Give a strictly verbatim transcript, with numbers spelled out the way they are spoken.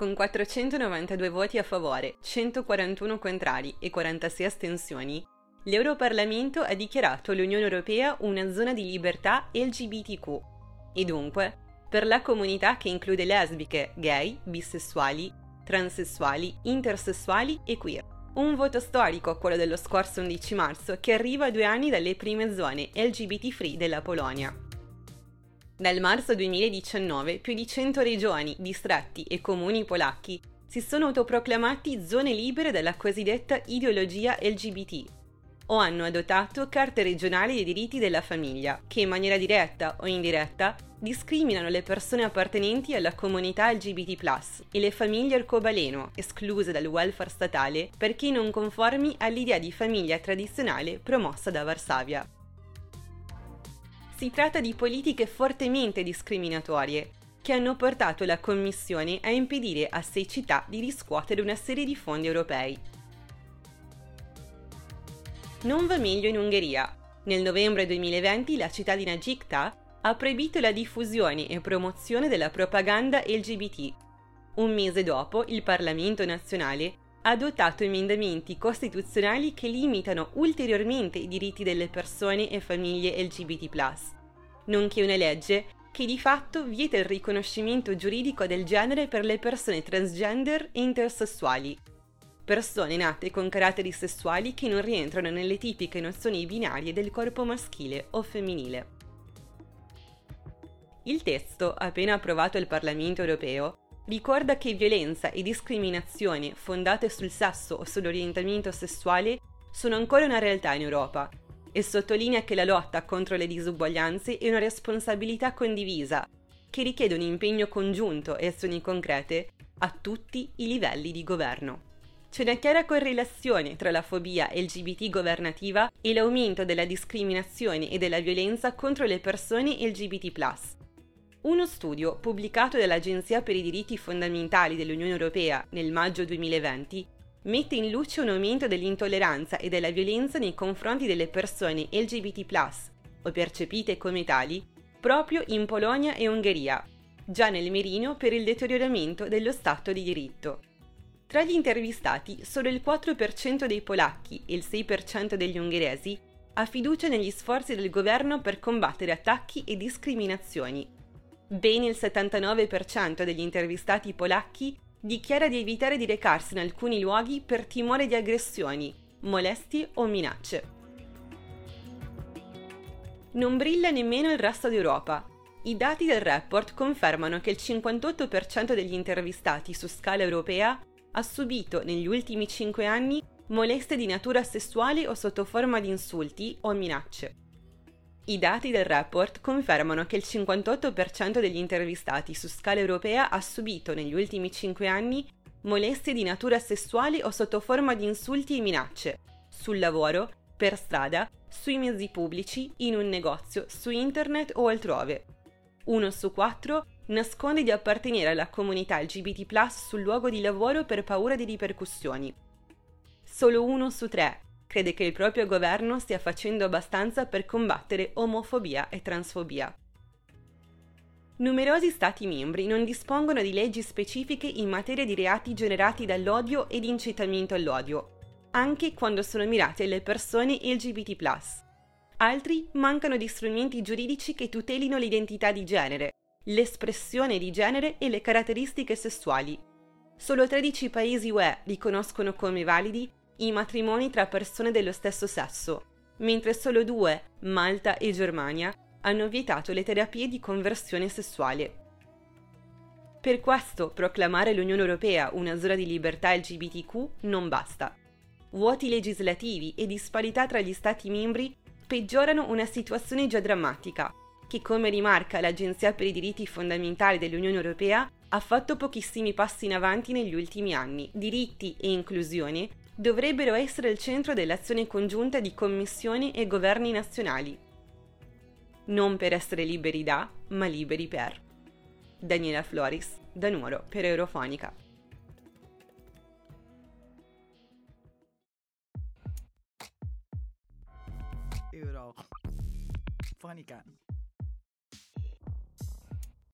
Con quattrocentonovantadue voti a favore, centoquarantuno contrari e quarantasei astensioni, l'Europarlamento ha dichiarato l'Unione Europea una zona di libertà L G B T Q e dunque per la comunità che include lesbiche, gay, bisessuali, transessuali, intersessuali e queer. Un voto storico, quello dello scorso undici marzo, che arriva a due anni dalle prime zone L G B T free della Polonia. Dal marzo duemiladiciannove più di cento regioni, distretti e comuni polacchi si sono autoproclamati zone libere dalla cosiddetta ideologia L G B T o hanno adottato carte regionali dei diritti della famiglia, che in maniera diretta o indiretta discriminano le persone appartenenti alla comunità L G B T plus, e le famiglie arcobaleno, escluse dal welfare statale perché non conformi all'idea di famiglia tradizionale promossa da Varsavia. Si tratta di politiche fortemente discriminatorie, che hanno portato la Commissione a impedire a sei città di riscuotere una serie di fondi europei. Non va meglio in Ungheria. Nel novembre duemilaventi la cittadina Gicta ha proibito la diffusione e promozione della propaganda L G B T. Un mese dopo, il Parlamento nazionale ha adottato emendamenti costituzionali che limitano ulteriormente i diritti delle persone e famiglie L G B T plus, nonché una legge che di fatto vieta il riconoscimento giuridico del genere per le persone transgender e intersessuali, persone nate con caratteri sessuali che non rientrano nelle tipiche nozioni binarie del corpo maschile o femminile. Il testo, appena approvato al Parlamento europeo, ricorda che violenza e discriminazione fondate sul sesso o sull'orientamento sessuale sono ancora una realtà in Europa e sottolinea che la lotta contro le disuguaglianze è una responsabilità condivisa che richiede un impegno congiunto e azioni concrete a tutti i livelli di governo. C'è una chiara correlazione tra la fobia L G B T governativa e l'aumento della discriminazione e della violenza contro le persone L G B T plus. Uno studio pubblicato dall'Agenzia per i diritti fondamentali dell'Unione Europea nel maggio duemilaventi mette in luce un aumento dell'intolleranza e della violenza nei confronti delle persone L G B T plus, o percepite come tali, proprio in Polonia e Ungheria, già nel mirino per il deterioramento dello Stato di diritto. Tra gli intervistati, solo il quattro per cento dei polacchi e il sei per cento degli ungheresi ha fiducia negli sforzi del governo per combattere attacchi e discriminazioni. Ben il settantanove per cento degli intervistati polacchi dichiara di evitare di recarsi in alcuni luoghi per timore di aggressioni, molestie o minacce. Non brilla nemmeno il resto d'Europa. I dati del report confermano che il cinquantotto per cento degli intervistati su scala europea ha subito negli ultimi cinque anni molestie di natura sessuale o sotto forma di insulti o minacce. I dati del report confermano che il cinquantotto per cento degli intervistati su scala europea ha subito negli ultimi cinque anni molestie di natura sessuale o sotto forma di insulti e minacce, sul lavoro, per strada, sui mezzi pubblici, in un negozio, su internet o altrove. Uno su quattro nasconde di appartenere alla comunità L G B T plus sul luogo di lavoro per paura di ripercussioni. Solo uno su tre crede che il proprio governo stia facendo abbastanza per combattere omofobia e transfobia. Numerosi Stati membri non dispongono di leggi specifiche in materia di reati generati dall'odio e di incitamento all'odio, anche quando sono mirati alle persone L G B T plus. Altri mancano di strumenti giuridici che tutelino l'identità di genere, l'espressione di genere e le caratteristiche sessuali. Solo tredici paesi U E riconoscono come validi i matrimoni tra persone dello stesso sesso, mentre solo due, Malta e Germania, hanno vietato le terapie di conversione sessuale. Per questo proclamare l'Unione Europea una zona di libertà L G B T Q non basta. Vuoti legislativi e disparità tra gli Stati membri peggiorano una situazione già drammatica, che, come rimarca l'Agenzia per i diritti fondamentali dell'Unione Europea, ha fatto pochissimi passi in avanti negli ultimi anni. Diritti e inclusione dovrebbero essere il centro dell'azione congiunta di Commissioni e governi nazionali. Non per essere liberi da, ma liberi per. Daniela Floris, da Nuoro, per Eurofonica. Eurofonica.